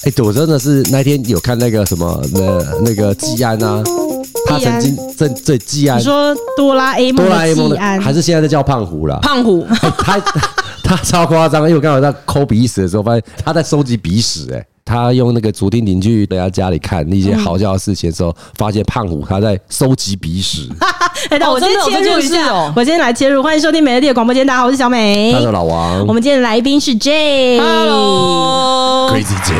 我真的是那天有看那个什么那个季安啊，他曾经对季安， 你说哆啦 A 梦的季安， 还是现在在叫胖虎啦？ 胖虎， 他超夸张，因为我刚好在抠鼻屎的时候，发现他在收集鼻屎他用那个竹丁丁去人家家里看一些好笑的事情的时候，发现胖虎他在收集鼻屎。 那我先切入一下，我今天来切入，欢迎收听美乐蒂的广播间，大家好，我是小美， 他是老王， 我们今天的来宾是 J，Hello，Crazy J。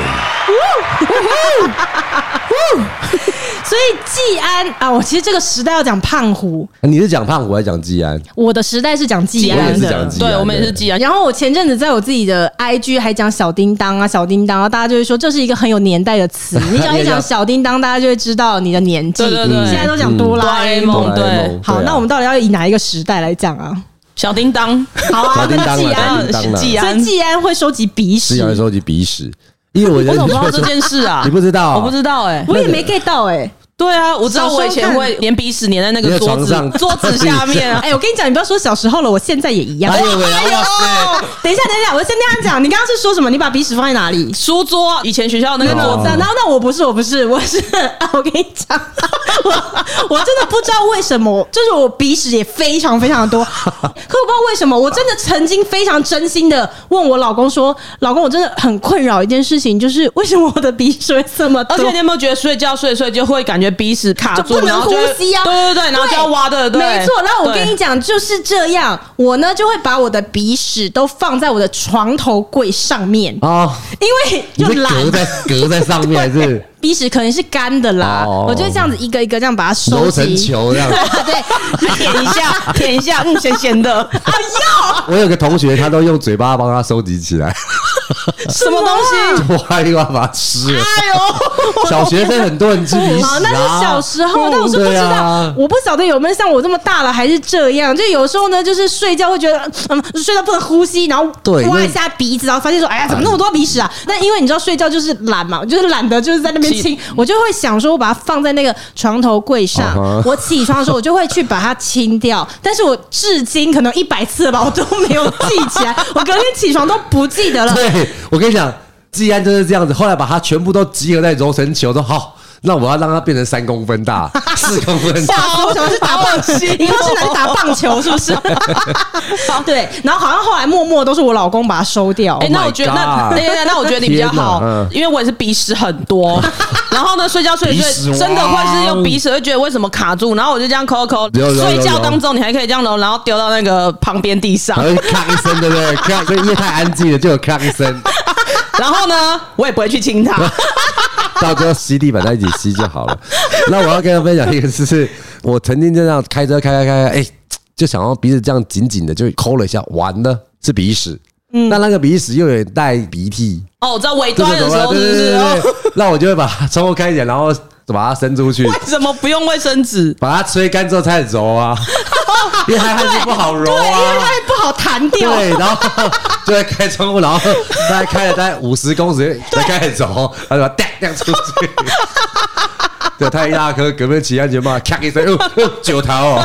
所以季安啊，我其实这个时代要讲胖虎， 你是讲胖虎还是讲季安？ 我的时代是讲季安的， 对，我们也是季安。 然后我前阵子在我自己的 IG 还讲小叮当啊，小叮当，然后大家就会说这是一个很有年代的词，你只要一讲小叮当，大家就会知道你的年纪。 对， 现在都讲哆啦 A 梦，对。好，那我们到底要以哪一个时代来讲啊？ 小叮当， 好啊，那季安， 所以季安会收集鼻屎， 季安会收集鼻屎。因为我怎么不知道这件事啊？ 你不知道？ 我不知道我也没 get 到对啊，我知道我以前会连鼻屎粘在那个桌子下面啊。 我跟你讲，你不要说小时候了，我现在也一样。 等一下， 我先这样讲。你刚刚是说什么？你把鼻屎放在哪里？ 书桌，以前学校那个桌子。 然后那我不是，我跟你讲，我真的不知道为什么，就是我鼻屎也非常非常的多，可我不知道为什么，我真的曾经非常真心的问我老公说，老公，我真的很困扰一件事情，就是为什么我的鼻屎会这么多？ 而且你有没有觉得睡觉睡就会感觉鼻屎卡住， 不能呼吸啊？ 对，然后就要挖的，对， 没错。然后我跟你讲，就是这样，我呢就会把我的鼻屎都放在我的床头柜上面因为就懒， 隔在上面还是。 鼻屎可能是干的啦，我就这样子一个一个这样把它收集， 揉成球这样， 对，舔一下，咸咸的。哎呦， 我有个同学，他都用嘴巴帮他收集起来。 什么东西？ 挖一挖把它吃了。哎呦，小学生很多人吃鼻屎啊。 那是小时候，但我是不知道，我不晓得有没有像我这么大了还是这样。就有时候呢，就是睡觉会觉得，睡到不能呼吸，然后挖一下鼻子，然后发现说，哎呀，怎么那么多鼻屎啊？那因为你知道睡觉就是懒嘛，就是懒得就是在那边清，我就会想说，我把它放在那个床头柜上，我起床的时候我就会去把它清掉。但是我至今可能100次了吧，我都没有记起来，我隔天起床都不记得了。 对，我跟你讲，季安就是这样子，后来把它全部都集合在揉成球，说好。那我要让它变成3公分大，4公分大。 我想是打棒球，以后是能打棒球，是不是？对，然后好像后来默默都是我老公把它收掉。 那我觉得那我觉得你比较好，因为我也是鼻屎很多，然后呢睡觉睡真的会是用鼻屎，会觉得为什么卡住，然后我就这样抠，睡觉当中你还可以这样揉，然后丢到那个旁边地上， 然后咔一声，对不对？咔，因为太安静了，就有咔一声。 然后呢，我也不会去亲它。 到最后吸地板在一起吸就好了。那我要跟他分享一个，就是我曾经就这样开车开，就想要鼻子这样紧紧的就抠了一下，完了是鼻屎。那个鼻屎又有点带鼻涕。我知道尾端的时候是不是？那我就会把窗户开起来，然后把它伸出去。为什么不用卫生纸？ 把它吹干之后才揉啊。因为它还是不好揉啊， 因为它不好弹掉。 对，然后就会开窗户，然后大概开了大概50公尺才开始揉，他就把它掉出去。对，太一大颗，隔壁骑安全帽，咔一声，9头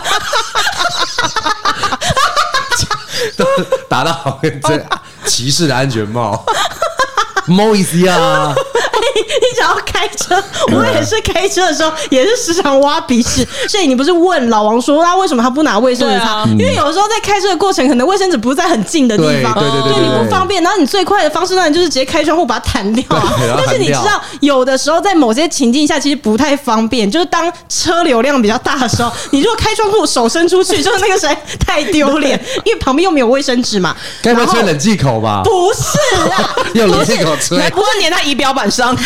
都打到好像这骑士的安全帽，摸一下。 你只要开车，我也是开车的时候也是时常挖鼻屎，所以你不是问老王说他为什么他不拿卫生纸擦？因为有时候在开车的过程，可能卫生纸不是在很近的地方，对你不方便，然后你最快的方式当然就是直接开窗户把它弹掉啊。但是你知道，有的时候在某些情境下其实不太方便，就是当车流量比较大的时候，你如果开窗户手伸出去，就是那个实在太丢脸，因为旁边又没有卫生纸嘛。 该不会吹冷气口吧？ 不是啊， 用冷气口吹， 不是粘在仪表板上。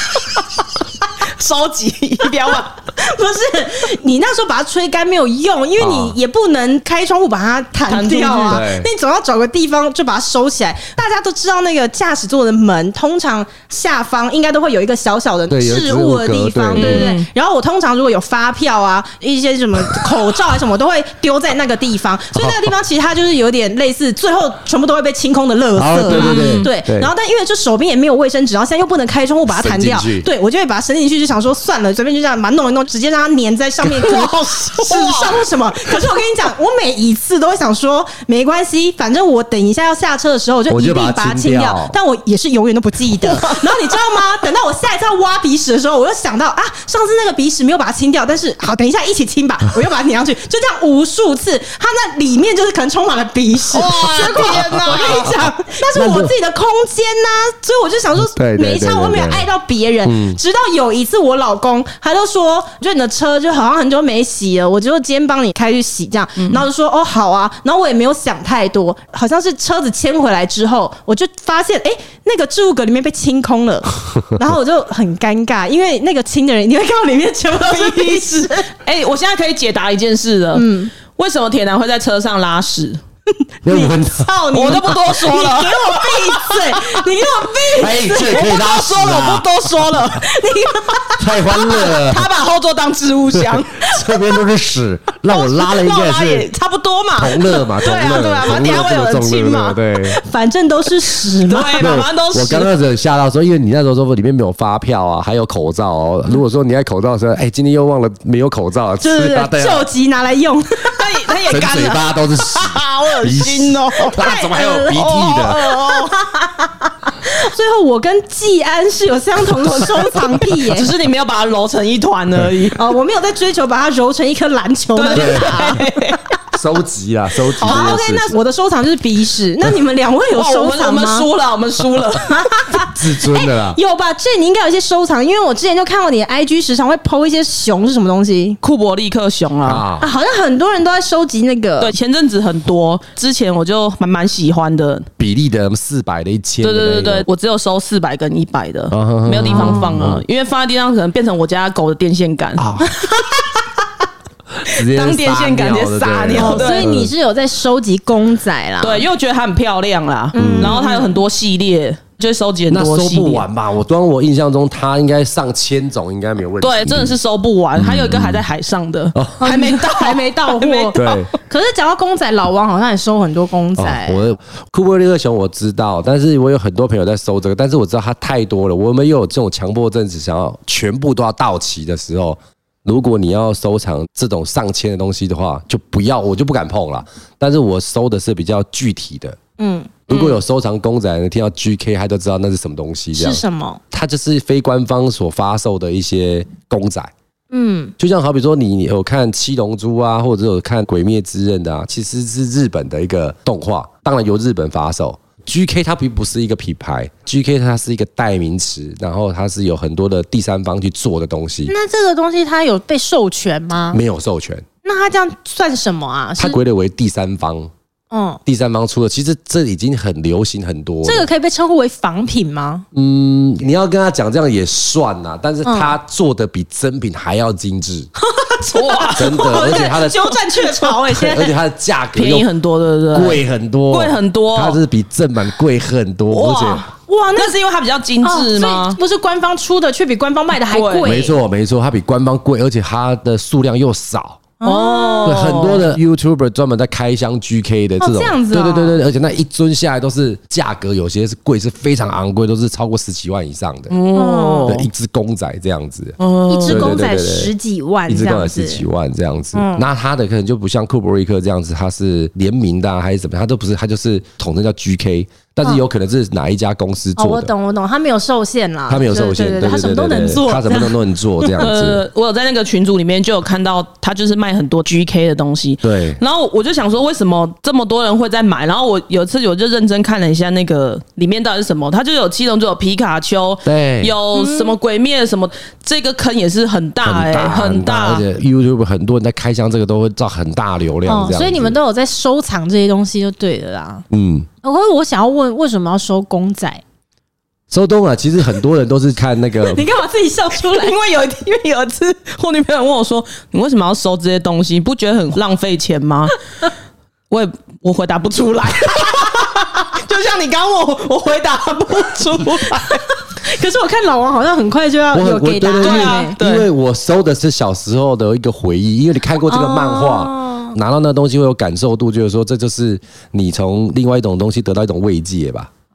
收集仪表板不是你那时候把它吹干没有用，因为你也不能开窗户把它弹掉啊，那你总要找个地方就把它收起来。大家都知道那个驾驶座的门通常下方应该都会有一个小小的置物的地方，对不对？然后我通常如果有发票啊，一些什么口罩啊什么，都会丢在那个地方，所以那个地方其实它就是有点类似最后全部都会被清空的垃圾，对。然后但因为就手边也没有卫生纸，然后现在又不能开窗户把它弹掉，对，我就会把它伸进去，就想说算了，随便就这样把它弄一弄， 直接让它粘在上面，可能纸上或什么。可是我跟你讲，我每一次都会想说，没关系，反正我等一下要下车的时候，我就一定把它清掉。但我也是永远都不记得。然后你知道吗？等到我下一次要挖鼻屎的时候，我又想到啊，上次那个鼻屎没有把它清掉，但是好，等一下一起清吧，我又把它粘上去，就这样无数次，它那里面就是可能充满了鼻屎。结果我跟你讲，那是我自己的空间呐，所以我就想说，没差，我没有碍到别人。直到有一次，我老公他就说，就你的车就好像很久没洗了，我就今天帮你开去洗这样，然后就说哦好啊，然后我也没有想太多，好像是车子牵回来之后，我就发现那个置物格里面被清空了，然后我就很尴尬，因为那个清的人一定会看到里面全部都是鼻屎。 我现在可以解答一件事了，为什么铁男会在车上拉屎？ 你操你！ 我都不多说了， 你给我闭嘴！你给我闭嘴！ 这可以拉屎啊！ 我不多说了， 太欢乐了。 他把后座当置物箱， 这边都是屎，让我拉了应该是差不多嘛， 同乐嘛， 对啊，等一下会有人亲嘛， 对， 反正都是屎嘛， 对，反正都是。 我刚开始吓到说，因为你那时候说里面没有发票啊，还有口罩哦。如果说你在口罩的时候，今天又忘了没有口罩， 对，救急拿来用， 他也干了， 嘴巴都是屎。 好恶心哦！ 怎么还有鼻涕的？ 最后我跟季安是有相同的收藏癖耶， 只是你没有把它揉成一团而已。 我没有在追求把它揉成一颗篮球的。 收集啊，收集。 好 ，OK， 那我的收藏就是鼻屎。那你们两位有收藏吗？ 我们输了， 自尊的啦。 有吧？这你应该有一些收藏，因为我之前就看过你的 IG， 时常会 po 一些熊是什么东西？ 库伯利克熊啊， 好像很多人都在收集那个。 对，前阵子很多，之前我就蛮喜欢的。 比例的400的1000。 对，我只有收400跟100的，没有地方放了，因为放在地上可能变成我家狗的电线杆。当电线杆直接撒尿， 所以你是有在收集公仔啦？ 对，因为我觉得它很漂亮啦，然后它有很多系列，就收集很多系列。 那收不完吧？我印象中它应该上千种，应该没有问题。 对，真的是收不完。还有一个还在海上的，还没到货。 对。 可是讲到公仔，老王好像也收很多公仔。 我库伯利克熊我知道，但是我有很多朋友在收这个，但是我知道它太多了，我们又有这种强迫症，只想要全部都要到齐的时候。如果你要收藏这种上千的东西的话，就不要，我就不敢碰了。但是我收的是比较具体的。如果有收藏公仔的，听到 GK 他都知道那是什么东西。这样是什么？ 它就是非官方所发售的一些公仔。就像好比说你有看《七龙珠》啊，或者有看《鬼灭之刃》的啊，其实是日本的一个动画，当然由日本发售。GK 它并不是一个品牌 ，GK 它是一个代名词，然后它是有很多的第三方去做的东西。 那这个东西它有被授权吗？ 没有授权。 那它这样算什么啊？ 它归类为第三方。第三方出的，其实这已经很流行很多了。 这个可以被称呼为仿品吗？ 你要跟他讲这样也算啦，但是他做的比真品还要精致。 哇， 真的，而且它的鸠占鹊巢而且它的价格便宜很多，对不对？ 贵很多， 贵很多， 它是比正版贵很多，而且哇， 那是因为它比较精致吗？ 不是官方出的，却比官方卖的还贵。 没错，它比官方贵，而且它的数量又少。对，很多的 YouTuber 专门在开箱 GK 的这种， 这样子， 对，而且那一尊下来都是价格，有些是贵，是非常昂贵，都是超过10几万以上的。对，一只公仔这样子， 一只公仔10几万， 一只公仔10几万这样子。那它的可能就不像库伯利克这样子，它是联名的还是怎么样？它都不是，它就是统称叫 GK。但是有可能是哪一家公司做的？ 我懂，他没有受限啦， 他没有受限， 他什么都能做， 他什么都能做这样子。 我有在那个群组里面就有看到，他就是卖很多 GK 的东西。 对， 然后我就想说，为什么这么多人会在买？然后我有一次我就认真看了一下那个里面到底是什么，它就有七龙珠，有皮卡丘， 对， 有什么鬼灭什么，这个坑也是很大很大， 而且 YouTube 很多人在开箱这个都会造很大流量， 所以你们都有在收藏这些东西就对了啦。我想要问，为什么要收公仔？ 收东啊，其实很多人都是看那个。 你干嘛自己笑出来？ 因为有一次，我女朋友问我说：“你为什么要收这些东西？不觉得很浪费钱吗？”我回答不出来，就像你刚问我回答不出来。 可是我看老王好像很快就要有给答案， 因为我收的是小时候的一个回忆，因为你看过这个漫画。拿到那东西会有感受度，就是说这就是你从另外一种东西得到一种慰藉吧。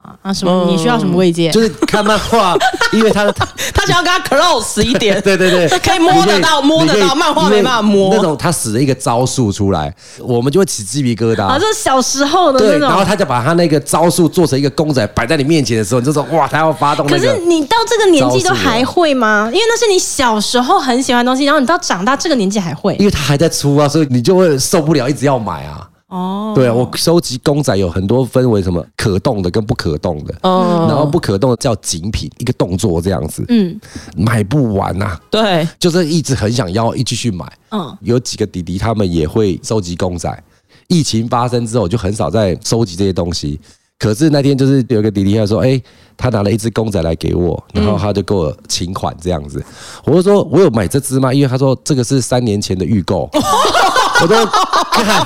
什么？你需要什么慰藉？ 就是看漫画，因为他想要跟他 close 一点， 对， 可以摸得到，漫画没办法摸。 那种他使了一个招数出来，我们就会起鸡皮疙瘩。 这是小时候的那种。 对，然后他就把他那个招数做成一个公仔摆在你面前的时候，你就说哇，他要发动那个。 可是你到这个年纪都还会吗？因为那是你小时候很喜欢的东西，然后你到长大这个年纪还会， 因为他还在出啊，所以你就会受不了，一直要买啊。对啊，我收集公仔有很多分为什么可动的跟不可动的，然后不可动的叫景品，一个动作这样子，买不完呐。 对， 就是一直很想要，继续买。有几个弟弟他们也会收集公仔，疫情发生之后就很少在收集这些东西。可是那天就是有一个弟弟他说，他拿了一只公仔来给我，然后他就给我请款这样子。我就说我有买这只吗？因为他说这个是3年前的预购。我都看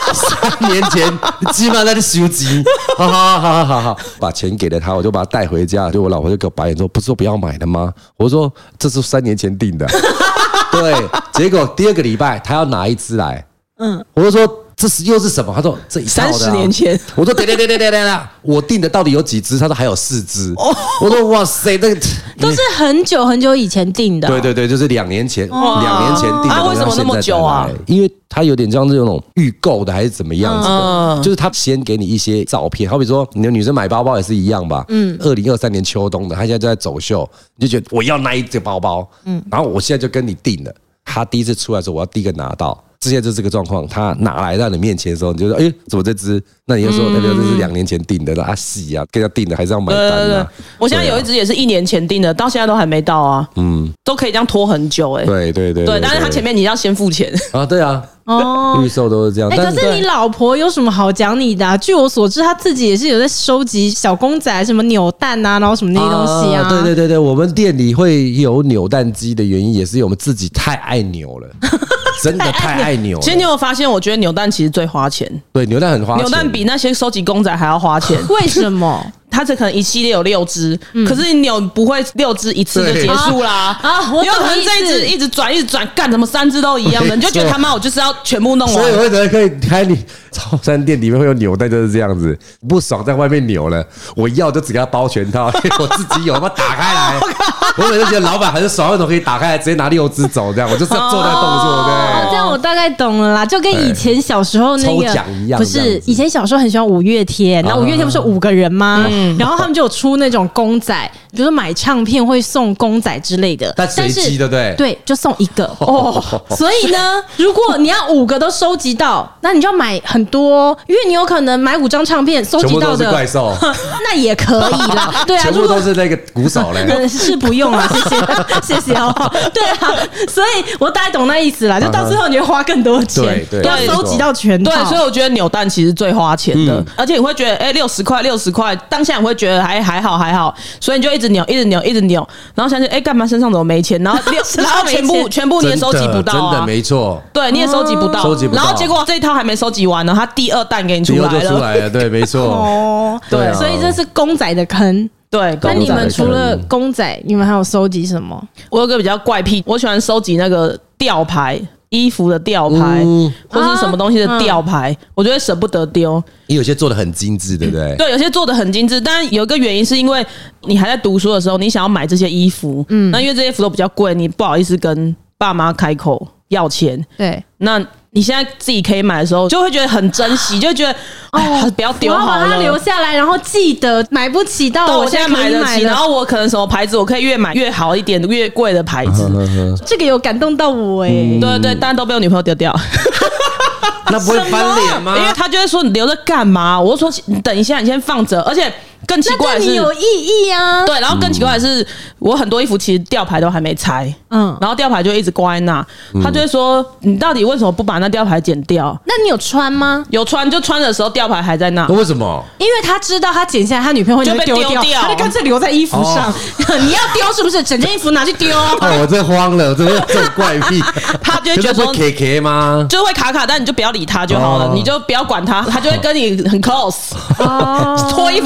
3年前，基本上在收集，好，把钱给了他，我就把他带回家。就我老婆就给我白眼说：“不是说不要买的吗？”我说：“这是3年前订的。”对，结果第2个礼拜他要拿一只来，我就说。这又是什么？他说这一套的 30年前。 我说对，我订的到底有几只？他说还有4只。我说哇塞，那个都是很久很久以前订的。 对，就是2年前，2年前订的。 为什么那么久啊？ 因为他有点像这种预购的，还是怎么样子的？就是他先给你一些照片，好比说你的女生买包包也是一样吧。2023年秋冬的，他现在就在走秀，你就觉得我要那一只包包。然后我现在就跟你订了。他第一次出来的时候，我要第一个拿到。之前就是这个状况，他拿来到你面前的时候，你就说：“怎么这只？”那你就说：“那这是2年前订的，那洗啊，跟他订的还是要买单啊。” 我现在有一只也是1年前订的，到现在都还没到啊。都可以这样拖很久对， 但是他前面你要先付钱啊，对啊。预售都是这样。 可是你老婆有什么好讲你的？据我所知，她自己也是有在收集小公仔，什么扭蛋啊，然后什么那些东西啊。 对，我们店里会有扭蛋机的原因，也是我们自己太爱扭了。真的太爱扭了。 其实你有发现，我觉得扭蛋其实最花钱。 对，扭蛋很花钱， 扭蛋比那些收集公仔还要花钱。 为什么？ 它这可能一系列有6只，可是你扭不会6只一次就结束啦。有可能这一只一直转，干怎么3只都一样的，你就觉得他妈我就是要全部弄完。 所以为什么可以开你潮汕店里面会有扭蛋就是这样子，不爽在外面扭了，我要就只给他包全套，我自己有，他妈打开来。我每次觉得老板很爽，为什么可以打开来直接拿6只走这样？我就是要做那个动作，对。 这样我大概懂了啦，就跟以前小时候那个抽奖一样， 不是以前小时候很喜欢5月天，然后5月天不是5个人吗？然后他们就有出那种公仔，比如说买唱片会送公仔之类的， 但随机对不对？ 对，就送1个所以呢，如果你要5个都收集到，那你就要买很多，因为你有可能买5张唱片收集到的全部都是怪兽， 那也可以啦。对啊， 全部都是那个鼓手嘞， 是不用了，谢谢哦。对啊，所以我大概懂那意思啦，就到最后你会花更多钱，要收集到全套。 对，所以我觉得扭蛋其实最花钱的，而且你会觉得60块，当下你会觉得还好，所以你就一直扭，然后想起干嘛身上怎么没钱，然后全部你也收集不到啊， 真的没错， 对，你也收集不到，然后结果这一套还没收集完呢，他第2弹给你出来了， 对，没错， 对，所以这是公仔的坑。 对， 那你们除了公仔，你们还有收集什么？ 我有个比较怪癖，我喜欢收集那个吊牌，衣服的吊牌，或是什么东西的吊牌，我觉得舍不得丢。 因为有些做的很精致，对不对？ 对，有些做的很精致，但有一个原因是因为你还在读书的时候，你想要买这些衣服，那因为这些服都比较贵，你不好意思跟爸妈开口要钱。 对， 那你现在自己可以买的时候，就会觉得很珍惜，就会觉得不要丢好了，我要把它留下来，然后记得买不起到我现在买得起，然后我可能什么牌子我可以越买越好一点，越贵的牌子。 这个有感动到我对，但都被我女朋友丢掉。 那不会翻脸吗？ 因为他就会说你留着干嘛？我就说你等一下，你先放着，而且。更奇怪的是， 那对你有意义啊。 对，然后更奇怪的是，我很多衣服其实吊牌都还没拆，然后吊牌就一直挂在那，他就会说你到底为什么不把那吊牌剪掉？ 那你有穿吗？ 有穿，就穿的时候吊牌还在那。 为什么？ 因为他知道他剪下来，他女朋友会就被丢掉， 他就干脆留在衣服上。你要丢是不是？整件衣服拿去丢。 我真慌了，这怪癖。 他就觉得说 ，K 吗？ 就会卡，但你就不要理他就好了，你就不要管他，他就会跟你很 close。脱衣服的时候还有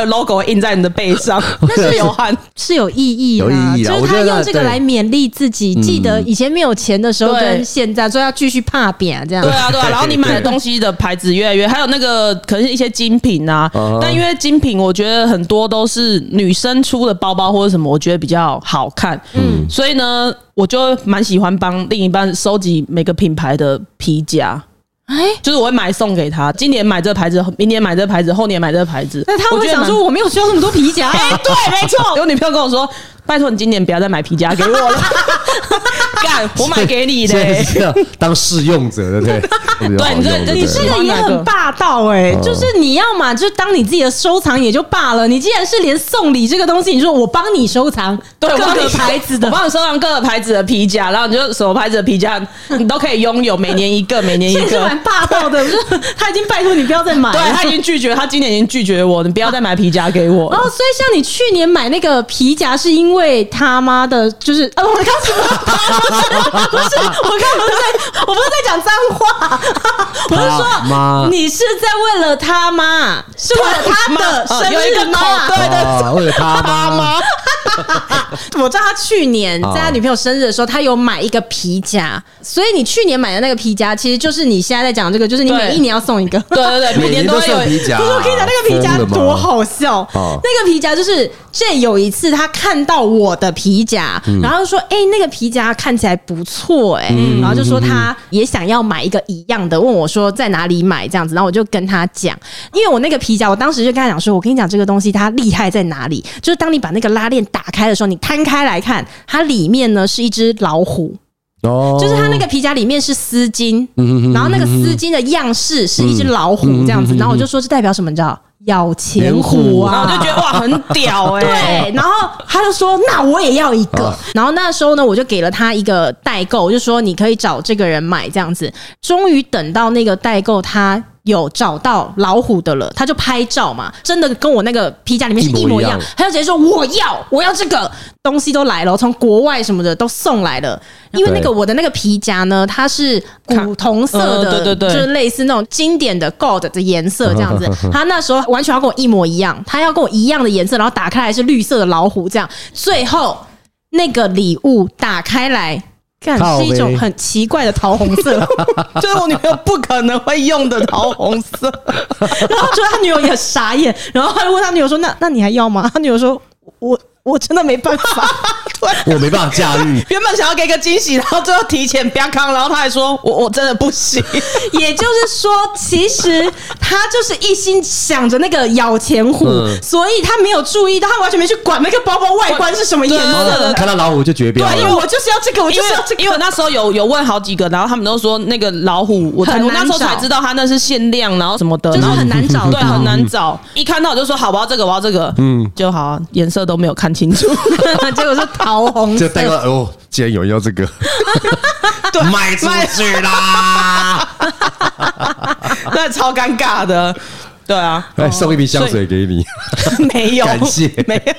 的 logo 印在你的背上，那是流汗是有意义有意义啊， 就是他用这个来勉励自己，记得以前没有钱的时候跟现在，所以要继续怕扁这样。 对啊，然后你买的东西的牌子越来越，还有那个可能是一些精品啊，但因为精品我觉得很多都是女生出的包包或者什么，我觉得比较好看，所以呢，我就蛮喜欢帮另一半收集每个品牌的皮夹。就是我会买送给他，今年买这个牌子，明年买这个牌子，后年买这个牌子。 那他会想说我没有需要那么多皮夹。 对，没错。有女朋友跟我说，拜托你今年不要再买皮夹给我了。干，我买给你的。 是要当试用者，对不对？ 对， 你这个也很霸道就是你要嘛，就当你自己的收藏也就罢了。你既然是连送礼这个东西，你说我帮你收藏各个牌子的， 我帮你收藏各个牌子的皮夹，然后你就什么牌子的皮夹你都可以拥有，每年一个，每年一个。 蛮霸道的，他已经拜托你不要再买了。 对，他已经拒绝，他今年已经拒绝我，你不要再买皮夹给我。 所以像你去年买那个皮夹，是因为他妈的，就是我刚不是，我不是在讲脏话，我是说你是在为了他妈，是为了他的生日吗？ 对，为了他妈。 我知道他去年在他女朋友生日的时候，他有买一个皮夹，所以你去年买的那个皮夹，其实就是你现在在讲这个，就是你每一年要送一个。 对，每年都有皮夹。 不是，我跟你讲，那个皮夹多好笑。那个皮夹就是这有一次他看到我的皮夹，然后就说：“那个皮夹看起来不错然后就说他也想要买一个一样的，问我说在哪里买这样子。然后我就跟他讲，因为我那个皮夹，我当时就跟他讲说，我跟你讲这个东西它厉害在哪里，就是当你把那个拉链打开的时候，你摊开来看，它里面呢是一只老虎。就是它那个皮夹里面是丝巾，然后那个丝巾的样式是一只老虎这样子，然后我就说这代表什么，你知道？咬钱虎啊！ 然后我就觉得哇，很屌对，然后他就说那我也要一个。然后那时候呢，我就给了他一个代购，我就说你可以找这个人买这样子。终于等到那个代购他有找到老虎的了，他就拍照嘛，真的跟我那个皮夹里面是一模一样。他就直接说我要这个，东西都来了，从国外什么的都送来了。因为那个我的那个皮夹呢，它是古铜色的，就是类似那种经典的 gold 的颜色这样子。他那时候完全要跟我一模一样，他要跟我一样的颜色，然后打开来是绿色的老虎这样。最后那个礼物打开来。是一种很奇怪的桃红色， 就是我女朋友不可能会用的桃红色。 然后就他女友也傻眼，然后他就问他女友说：“那你还要吗？”他女友说：“我真的没办法， 我没办法驾驭。 原本想要给个惊喜，然后最后提前不要康，然后他还说我真的不行。 也就是说，其实他就是一心想着那个咬钱虎，所以他没有注意到，他完全没去管那个包包外观是什么颜色。 看到老虎就绝标了。 对，因为我就是要这个，我就是要这个。 因为我那时候有问好几个，然后他们都说那个老虎，我那时候才知道他那是限量，然后什么的， 就是很难找， 对，很难找。一看到我就说好，我要这个，我要这个，就好，颜色都没有看清楚。 结果是桃红色， 就代表既然有人要这个，卖出去啦， 那超尴尬的。对啊， 来送一瓶香水给你， 没有， 感谢， 没有。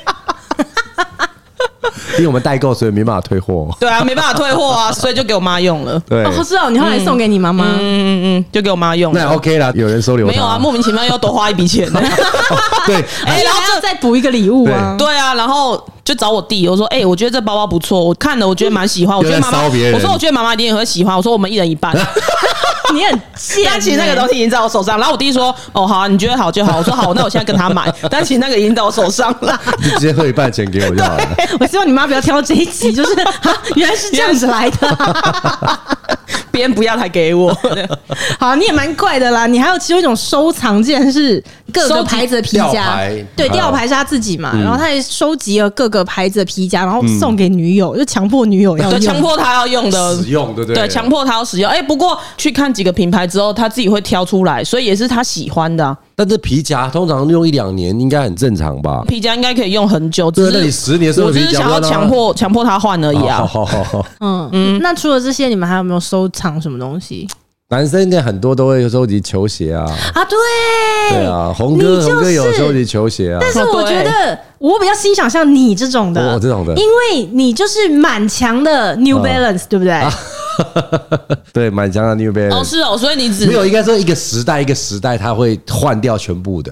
因为我们代购，所以没办法退货。 对啊，没办法退货啊，所以就给我妈用了。 对， 是哦，你后来送给你妈妈， 就给我妈用了。 那 OK 啦，有人收留他。 没有啊，莫名其妙又多花一笔钱。 对， 然后就再补一个礼物啊。 对啊，然后就找我弟，我说我觉得这包包不错，我看了我觉得蛮喜欢，我觉得妈妈，我说我觉得妈妈一定也会喜欢，我说我们一人一半。 你很贱， 但其实那个东西已经在我手上，然后我弟说好啊，你觉得好就好。我说好，那我现在跟他买，但其实那个已经在我手上了， 就直接汇一半钱给我就好了。 我希望你妈不要挑这一集，就是原来是这样子来的。 别人不要才给我。 好，你也蛮怪的啦。你还有其中一种收藏，竟然是各个牌子的皮夹，对，吊牌是他自己嘛，然后他也收集了各个牌子的皮夹，然后送给女友，就强迫女友要用， 对，强迫他要用的使用，对不对？ 对，强迫他要使用。不过去看几个品牌之后，他自己会挑出来，所以也是他喜欢的啊。 但这皮夹通常用1-2年应该很正常吧？ 皮夹应该可以用很久， 对，那你10年我只是想要强迫他换而已啊。 那除了这些，你们还有没有收藏什么东西？ 男生应该很多都会收集球鞋啊。对啊，红哥有收集球鞋啊。 但是我觉得我比较欣赏像你这种的， 这种的， 因为你就是满强的 New Balance，对不对？ 对，满强的 New Balance。 是哦，所以你没有，应该说一个时代它会换掉全部的。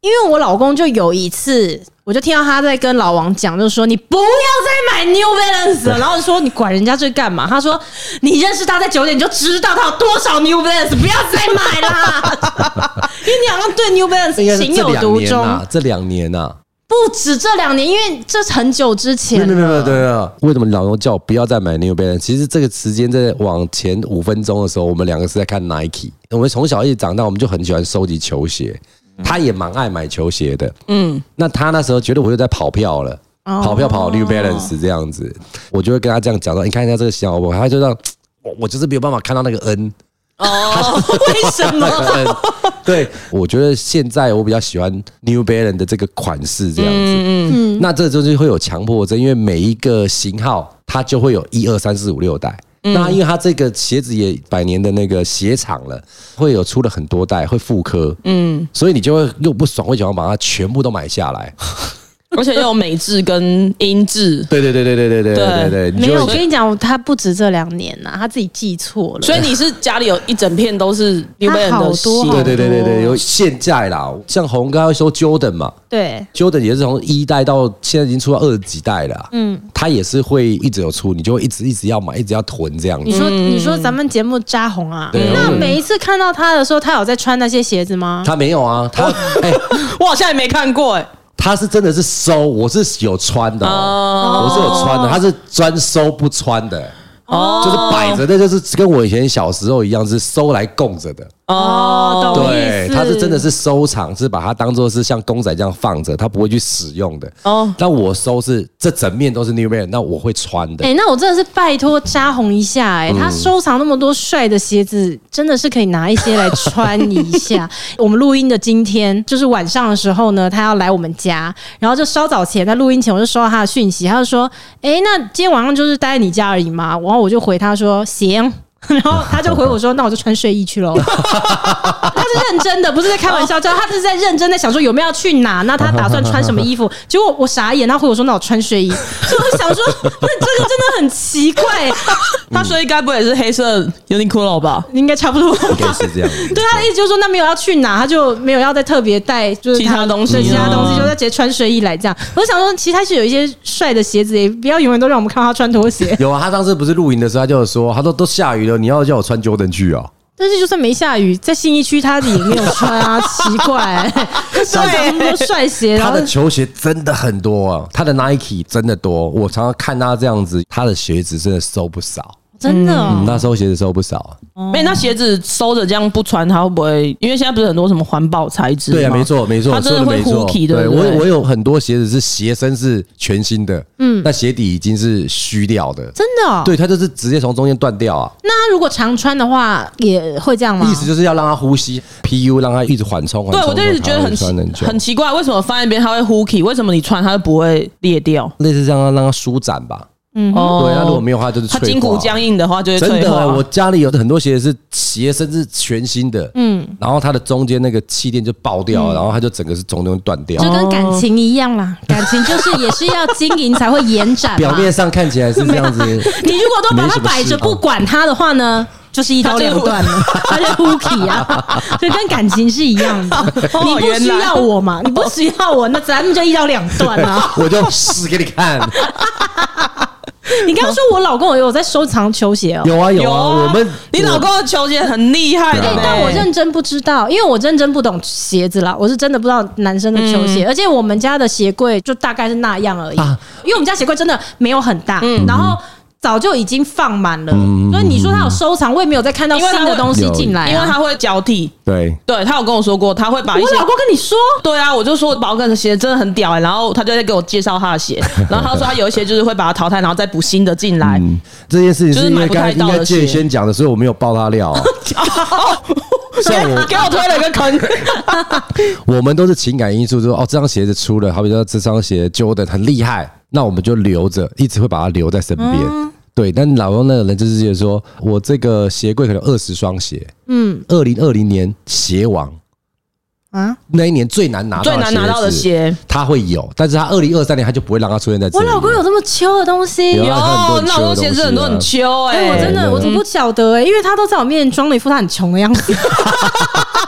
因为我老公就有一次，我就听到他在跟老王讲，就是说你不要再买 New Balance 了，然后说你管人家这干嘛？他说你认识他在9点你就知道他有多少 New Balance， 不要再买啦，因为你好像对 New Balance 情有独钟。 这2年啊。 不止这2年，因为这很久之前。 没有，对啊。为什么老公叫我不要再买 New Balance？ 其实这个时间在往前5分钟的时候，我们2个是在看 Nike。我们从小一直长大，我们就很喜欢收集球鞋。他也蛮爱买球鞋的，那他那时候觉得我就在跑票了，跑 New Balance 这样子，我就会跟他这样讲说，你看一下这个鞋好不好？他就让我就是没有办法看到那个 N。 为什么？ 对，我觉得现在我比较喜欢 New Balance 的这个款式这样子，那这就是会有强迫症，因为每一个型号它就会有1、2、3、4、5、6代。那因为它这个鞋子也100年的那个鞋厂了，会有出了很多代，会复刻，所以你就会又不爽，会想要把它全部都买下来。 而且又有美制跟英制， 对， 没有，我跟你讲，他不止这2年呐，他自己记错了。 所以你是家里有一整片都是 New Balance 的鞋， 对，有现在啦，像红哥会说 Jordan 嘛， 对 ，Jordan 也是从1代到现在已经出到20几代了，他也是会一直有出，你就会一直要买，一直要囤这样子。 你说咱们节目扎红啊，那每一次看到他的时候，他有在穿那些鞋子吗？ 他没有啊， 我好像也没看过他是真的是收，我是有穿的，我是有穿的，他是专收不穿的，就是摆着的，就是跟我以前小时候一样，是收来供着的。对，他是真的是收藏，是把它当作是像公仔这样放着，他不会去使用的。但我收是这整面都是 New Balance， 那我会穿的。 那我真的是拜托扎红一下，他收藏那么多帅的鞋子，真的是可以拿一些来穿一下。我们录音的今天就是晚上的时候呢，他要来我们家，然后就稍早前在录音前我就收到他的讯息，他就说：“那今天晚上就是待在你家而已吗？”然后我就回他说：“行。”然后他就回我说：“那我就穿睡衣去喽。”他是认真的，不是在开玩笑，他是在认真在想说有没有要去哪，那他打算穿什么衣服？结果我傻眼，他回我说：“那我穿睡衣。”所以我想说，那这个真的很奇怪。 他睡衣该不会也是黑色 Uniqlo 吧？ 应该差不多， 应该是这样。 对，他的意思就是说，那没有要去哪，他就没有要再特别带，就是其他东西， 就他直接穿睡衣来这样。我想说，其实他是有一些帅的鞋子，也不要永远都让我们看到他穿拖鞋。 有啊，他上次不是露营的时候，他就有说，他都下雨了。你要叫我穿 Jordan 去啊？ 但是就算没下雨，在信义区他也没有穿啊，奇怪，他收藏那么多帅鞋， 他的球鞋真的很多啊，他的 Nike 真的多，我常常看他这样子，他的鞋子真的收不少。 真的那收鞋子收不少。 那鞋子收着这样不穿，它会不会？因为现在不是很多什么环保材质吗？ 对啊，没错，它真的会呼起，对不对？我有很多鞋子是鞋身是全新的，那鞋底已经是虚掉的， 真的。 对，它就是直接从中间断掉啊。 那他如果常穿的话，也会这样吗？ 意思就是要让它呼吸 ，PU 让它一直缓冲。 对，我就一直觉得很奇怪，为什么放在那边它会呼起？为什么你穿它就不会裂掉？ 类似这样让它舒展吧。对，那如果没有的话就是脆化。它筋骨僵硬的话就会脆化。 真的，我家里有很多鞋是鞋身是全新的，然后它的中间那个气垫就爆掉，然后它就整个是从中断掉， 就跟感情一样啦。感情就是也是要经营才会延展。 表面上看起来是这样子， 你如果都把它摆着不管它的话呢？就是一刀两断了，他就 hooky 啊，就跟感情是一样的。你不需要我嘛？你不需要我，那咱们就一刀两断啊！ 我就试给你看。 你刚刚说我老公有在收藏球鞋哦？ 有啊， 你老公的球鞋很厉害的， 但我认真不知道，因为我认真不懂鞋子啦，我是真的不知道男生的球鞋，而且我们家的鞋柜就大概是那样而已，因为我们家鞋柜真的没有很大，然后早就已经放满了，所以你说他有收藏，我也没有再看到新的东西进来， 因为他会交替。 对， 他有跟我说过，他会把一些。 我老公跟你说， 对啊，我就说宝哥的鞋真的很屌然后他就在给我介绍他的鞋，然后他说他有一些就是会把它淘汰，然后再补新的进来。 这件事情是因为刚应该介先讲的，所以我没有爆他料。 像我给我推了一个坑。 我们都是情感因素，说这双鞋子出了，好比说这双鞋 Jordan 很厉害，那我们就留着，一直会把它留在身边。对，但老公那个人就是觉得说，我这个鞋柜可能20双鞋，2020年鞋王那一年最难拿到的鞋，他会有，但是他2023年他就不会让他出现在这里。 我老公有这么秋的东西， 有，那我鞋子很多很秋我真的我怎么不晓得因为他都在我面前装了一副他很穷的样子。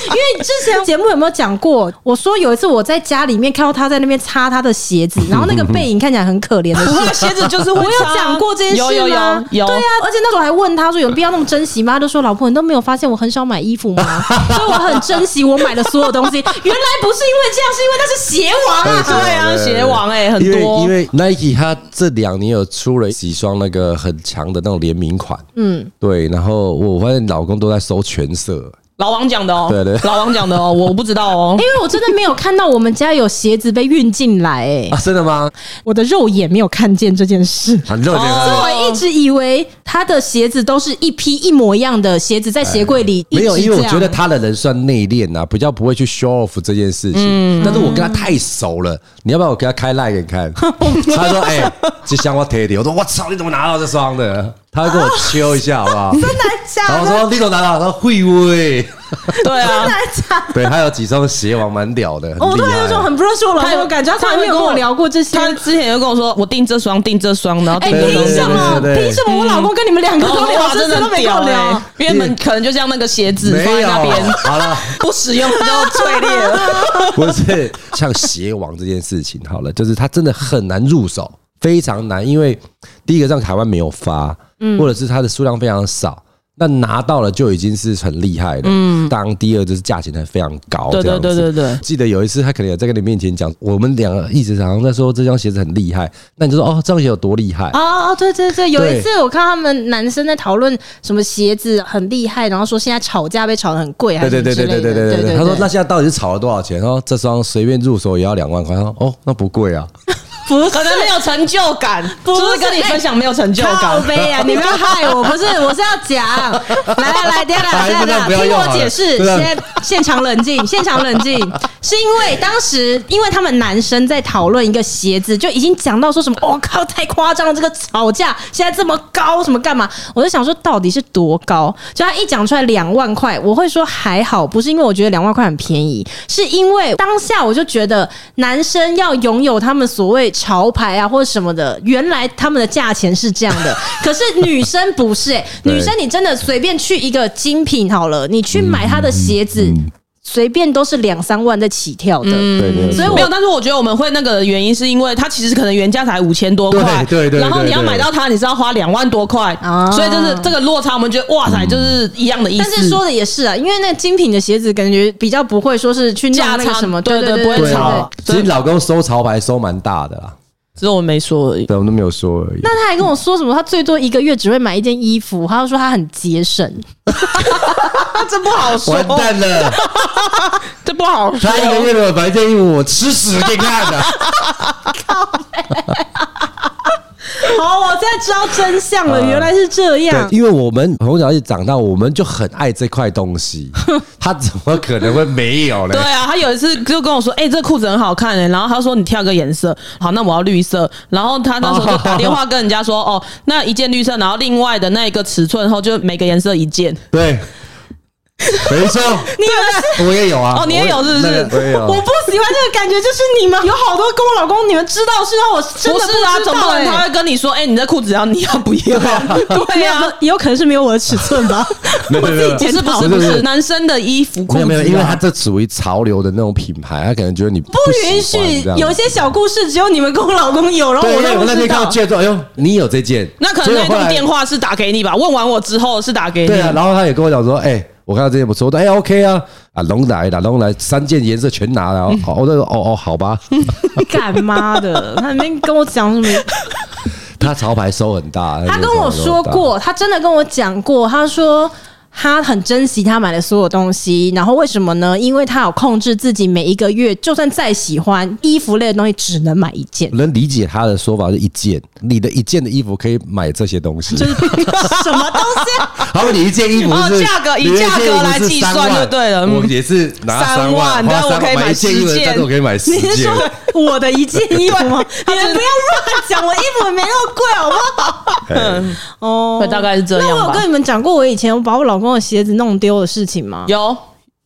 因为之前节目有没有讲过？我说有一次我在家里面看到他在那边擦他的鞋子，然后那个背影看起来很可怜的是， 鞋子就是会擦。 我有讲过这件事吗？ 有。 对啊，而且那时候还问他说有必要那么珍惜吗？他就说老婆你都没有发现我很少买衣服吗？所以我很珍惜我买的所有东西。原来不是因为这样，是因为那是鞋王啊！ 对啊，鞋王很多。 因为 Nike 它这2年有出了几双那个很强的那种联名款，对，然后我发现老公都在收全色。 老王讲的哦， 对， 老王讲的哦，我不知道哦， 因为我真的没有看到我们家有鞋子被运进来， 真的吗？ 我的肉眼没有看见这件事， 肉眼所以我一直以为他的鞋子都是一批一模一样的鞋子在鞋柜里， 没有，因为我觉得他的人算内敛啊，比较不会去 show off 这件事情。但是我跟他太熟了，你要不要我给他开 LINE 给你看？他说：“这箱我贴的。”我说：“我操，你怎么拿到这双的？”他会跟我秋一下，好不好？ 真的假的？ 然后我说：“你怎么拿到？”他说：“会威。” 对啊， 真的假的？ 对，他有几双鞋王蛮屌的， 我突然有种很不认识我老公的感觉，他从来没有跟我聊过这些。 他之前就跟我说：“我订这双，然后凭什么？凭什么我老公跟你们2个都聊，这些都没跟我聊？ 因为你们可能就像那个鞋子放在那边， 好了， 不使用就脆裂了。 不是像鞋王这件事情，好了，就是它真的很难入手。非常难，因为第一个，在台湾没有发，或者是它的数量非常少，那拿到了就已经是很厉害了。当第二就是价钱还非常高，对。记得有一次他可能有在跟你面前讲，我们2个一直好像在说这双鞋子很厉害，那你就说这双鞋有多厉害？ 对，有一次我看他们男生在讨论什么鞋子很厉害，然后说现在炒价被炒得很贵，还是之类的。对。 他说那现在到底是炒了多少钱？他说这双随便入手也要2万块。他说那不贵啊。 不是， 可能没有成就感，是不是跟你分享没有成就感？ 靠背啊！你不要害我，不是，我是要讲，来，等下，听我解释，现场冷静，是因为当时因为他们男生在讨论一个鞋子，就已经讲到说什么，靠，太夸张了，这个炒价现在这么高，什么干嘛？我就想说到底是多高？就他一讲出来2万块，我会说还好，不是因为我觉得2万块很便宜，是因为当下我就觉得男生要拥有他们所谓潮牌啊或者什么的，原来他们的价钱是这样的，可是女生不是女生你真的随便去一个精品好了，你去买她的鞋子。随便都是2-3万在起跳的，所以没有。但是我觉得我们会那个原因是因为它其实可能原价才5000多块， 对， 然后你要买到它，你是要花2万多块，所以就是这个落差，我们觉得哇塞，就是一样的意思。 但是说的也是啊，因为那精品的鞋子感觉比较不会说是去弄那个什么，对， 不会炒。 其实老公收潮牌收蛮大的啦。 只是我没说而已， 对，我都没有说而已。 那他还跟我说什么？他最多1个月只会买1件衣服，他就说他很节省。 这不好说， 完蛋了， 这不好说。 他1个月如果买1件衣服，我吃屎给你看的。 靠北。好，我现在知道真相了，原来是这样。 对，因为我们从小一长大，我们就很爱这块东西，他怎么可能会没有呢？ 对啊，他有一次就跟我说：“这裤子很好看然后他说：“你挑个颜色，好，那我要绿色。”然后他那时候就打电话跟人家说：“那1件绿色，然后另外的那一个尺寸后就每个颜色1件。” 对。没错， 你有我也有啊。 你也有是不是？ 我也有。 我不喜欢这个感觉，就是你们有好多跟我老公，你们知道是让我真的不知道。 总不能他会跟你说：“你这裤子你要不要？” 对啊，也有可能是没有我的尺寸吧。 我自己检讨，不是男生的衣服裤子， 没有，因为他这属于潮流的那种品牌，他可能觉得你不允许。有一些小故事只有你们跟我老公有，然后我都不知道。 我那天看到介绍，你有这件， 那可能那通电话是打给你吧？问完我之后是打给你。 对啊，然后他也跟我讲说：“我看到这件不错，我说OK 啊，龙来3件颜色全拿了，我说好吧。” 干妈的，他那边跟我讲什么？ 他潮牌收很大， 他跟我说过，他真的跟我讲过，他说。他很珍惜他买的所有东西，然后为什么呢？因为他有控制自己每1个月，就算再喜欢衣服类的东西，只能买1件。 能理解他的说法是1件，你的1件的衣服可以买这些东西， 就是什么东西？ 好，你1件衣服是以价格来计算就对了。 我也是拿3万， 但我可以买10件， 但是我可以买10件。 你是说我的1件衣服吗？你们不要乱讲，我衣服没那么贵，好不好？ 大概是这样吧。 那我有跟你们讲过，我以前把我老公的鞋子弄丢的事情吗？ 有。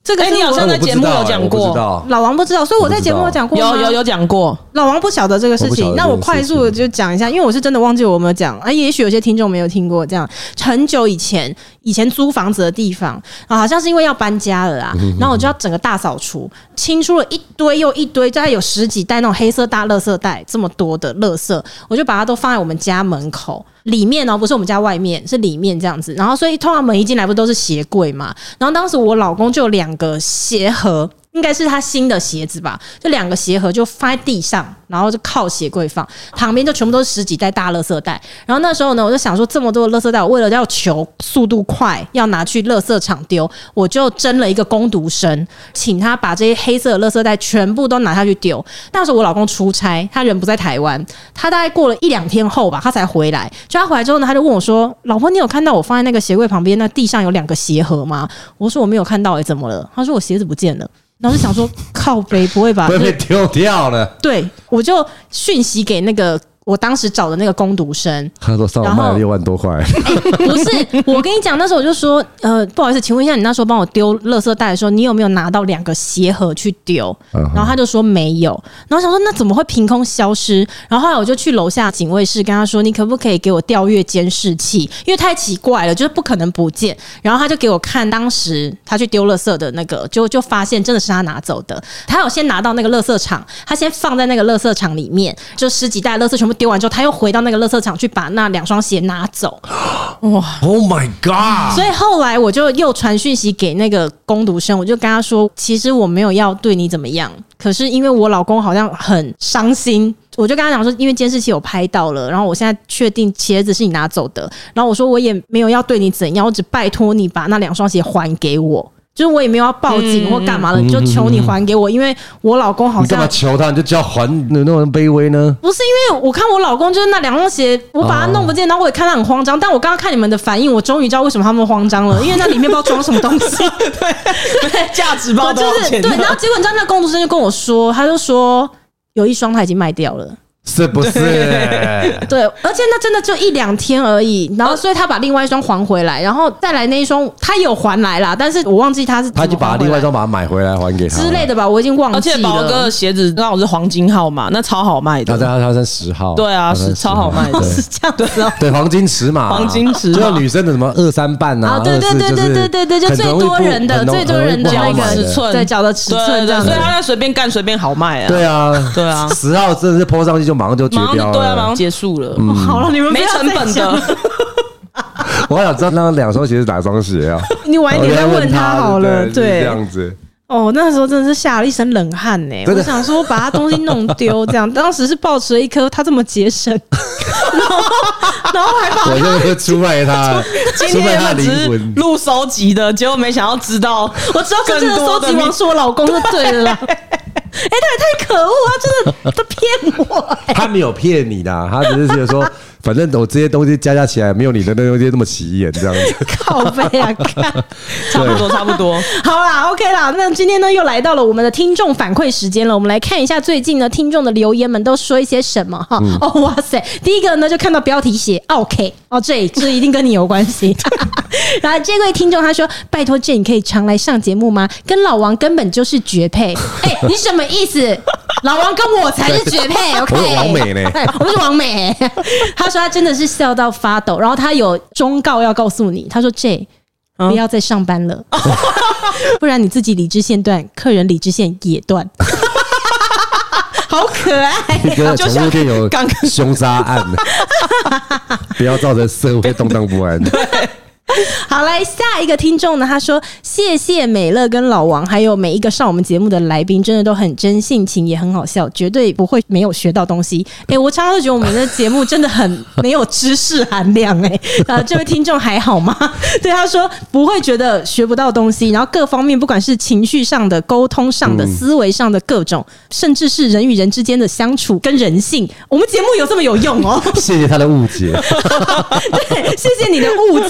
这个你好像在节目有讲过， 老王不知道，所以我在节目有讲过吗？ 有讲过， 老王不晓得这个事情。那我快速的就讲一下，因为我是真的忘记我有没有讲啊，也许有些听众没有听过。这样很久以前租房子的地方啊，好像是因为要搬家了啦，然后我就要整个大扫除，清出了一堆又一堆，大概有10几袋那种黑色大垃圾袋，这么多的垃圾，我就把它都放在我们家门口。里面不是我们家外面，是里面这样子。然后所以通常门一进来不都是鞋柜嘛？然后当时我老公就有2个鞋盒，应该是他新的鞋子吧，就2个鞋盒就放在地上，然后就靠鞋柜放，旁边就全部都是10几袋大垃圾袋。然后那时候呢，我就想说这么多的垃圾袋，我为了要求速度快，要拿去垃圾场丢，我就征了一个工读生，请他把这些黑色的垃圾袋全部都拿下去丢。那时候我老公出差，他人不在台湾，他大概过了1-2天后吧，他才回来。就他回来之后呢，他就问我说：“老婆，你有看到我放在那个鞋柜旁边那地上有2个鞋盒吗？”我说：“我没有看到，怎么了？”他说：“我鞋子不见了。”然后就想说靠北不会吧， 会被丢掉了。 对，我就讯息给那个我当时找的那个工读生， 他说上卖了6万多块。 不是，我跟你讲，那时候我就说，不好意思，请问一下，你那时候帮我丢垃圾袋的时候，你有没有拿到2个鞋盒去丢？然后他就说没有，然后想说那怎么会凭空消失？然后后来我就去楼下警卫室跟他说，你可不可以给我调阅监视器？因为太奇怪了，就是不可能不见。然后他就给我看当时他去丢垃圾的那个，就发现真的是他拿走的。他有先拿到那个垃圾场，他先放在那个垃圾场里面，就10几袋垃圾全部丢完之后，他又回到那个垃圾场去把那2双鞋拿走。 哇 ！Oh my god！ 所以后来我就又传讯息给那个工读生，我就跟他说，其实我没有要对你怎么样，可是因为我老公好像很伤心，我就跟他讲说，因为监视器有拍到了，然后我现在确定鞋子是你拿走的，然后我说我也没有要对你怎样，我只拜托你把那2双鞋还给我。就是我也没有要报警或干嘛了，就求你还给我，因为我老公好像你干嘛求他？你就叫还，你那么卑微呢？ 不是因为我看我老公就是那2双鞋，我把它弄不见，然后我也看他很慌张。但我刚刚看你们的反应，我终于知道为什么他们慌张了，因为那里面不知道装什么东西， 对，价值包多少钱？ 对，然后结果你知道那工读生就跟我说，他就说有1双他已经卖掉了。 是不是？ 对，而且那真的就1-2天而已，然后所以他把另外1双还回来，然后再来那1双他有还来啦，但是我忘记他就把另外1双把它买回来还给他之类的吧，我已经忘记了。 而且宝哥的鞋子刚好是黄金号码，那超好卖的。 他是10号， 对啊，是超好卖的， 是这样子哦。 对，黄金尺码， 黄金尺码， 就女生的什么23半啊， 对，就最多人的那个尺寸， 对，脚的尺寸这样， 所以他随便干随便好卖啊。 对啊，10号真的是 po 上去就马上就绝标了。 对啊，马上结束了。 好了，你们没成本的。 我好想知道那2双鞋是哪双鞋啊？ 你晚一点再问他好了。对， 这样子。 哦，那时候真的是下了一身冷汗呢。我想说把他东西弄丢，这样当时是抱持了一颗他这么节省，然后还把他我就出卖他， 今天他只是录收集的，结果没想到知道， 我知道真正的收集王是我老公就对了啦。他也太可恶，他真的骗我。 他没有骗你的，他只是觉得说，反正我这些东西加起来没有你的那东西那么起眼，这样子。 靠背啊，看， 差不多。 好啦 ，OK 啦，那今天呢又来到了我们的听众反馈时间了，我们来看一下最近呢听众的留言们都说一些什么哈。哦，哇塞，第一个呢就看到标题写 OK， 哦，这一定跟你有关系。然后这位听众他说：“拜托 Jane 可以常来上节目吗？跟老王根本就是绝配。”你什么意思？老王跟我才是绝配 ，OK？ 我是王美呢， 我是王美。他说他真的是笑到发抖，然后他有忠告要告诉你，他说 Jane 不要再上班了，不然你自己理智线断，客人理智线也断。好可爱， 一个宠物店有凶杀案，不要造成社会动荡不安。 好，来下一个听众呢，他说谢谢美乐跟老王还有每一个上我们节目的来宾，真的都很真性情也很好笑，绝对不会没有学到东西。我常常都觉得我们的节目真的很没有知识含量。这位听众还好吗？对，他说不会觉得学不到东西，然后各方面不管是情绪上的、沟通上的、思维上的各种，甚至是人与人之间的相处跟人性，我们节目有这么有用哦。 谢谢他的误解。 对，谢谢你的误解，这样子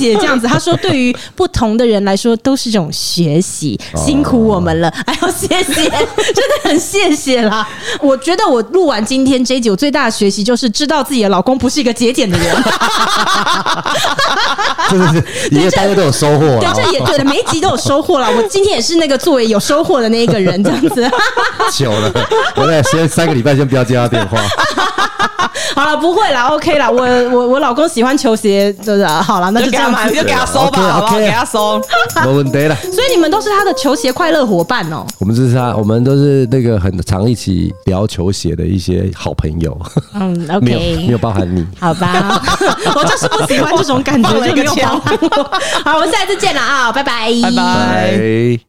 他说对于不同的人来说都是种学习，辛苦我们了。哎呦，谢谢，真的很谢谢啦。我觉得我录完今天这一集，我最大的学习就是知道自己的老公不是一个节俭的人。 真的是，因为大家都有收获啊。 对，这也对的，每一集都有收获了。我今天也是那个作为有收获的那一个人，这样子。 糗了，我先3个礼拜先不要接他电话。 好了，不会啦 ，OK 啦。我老公喜欢球鞋，对不对？好了，那就这样子， 就给他收吧，好不好？给他收， 没问题了。 所以你们都是他的球鞋快乐伙伴哦。 我们都是那个很常一起聊球鞋的一些好朋友。 OK， 没有包含你， 好吧？我就是不喜欢这种感觉，就没有包含我。好，我们下次见了啊，拜拜， 拜拜。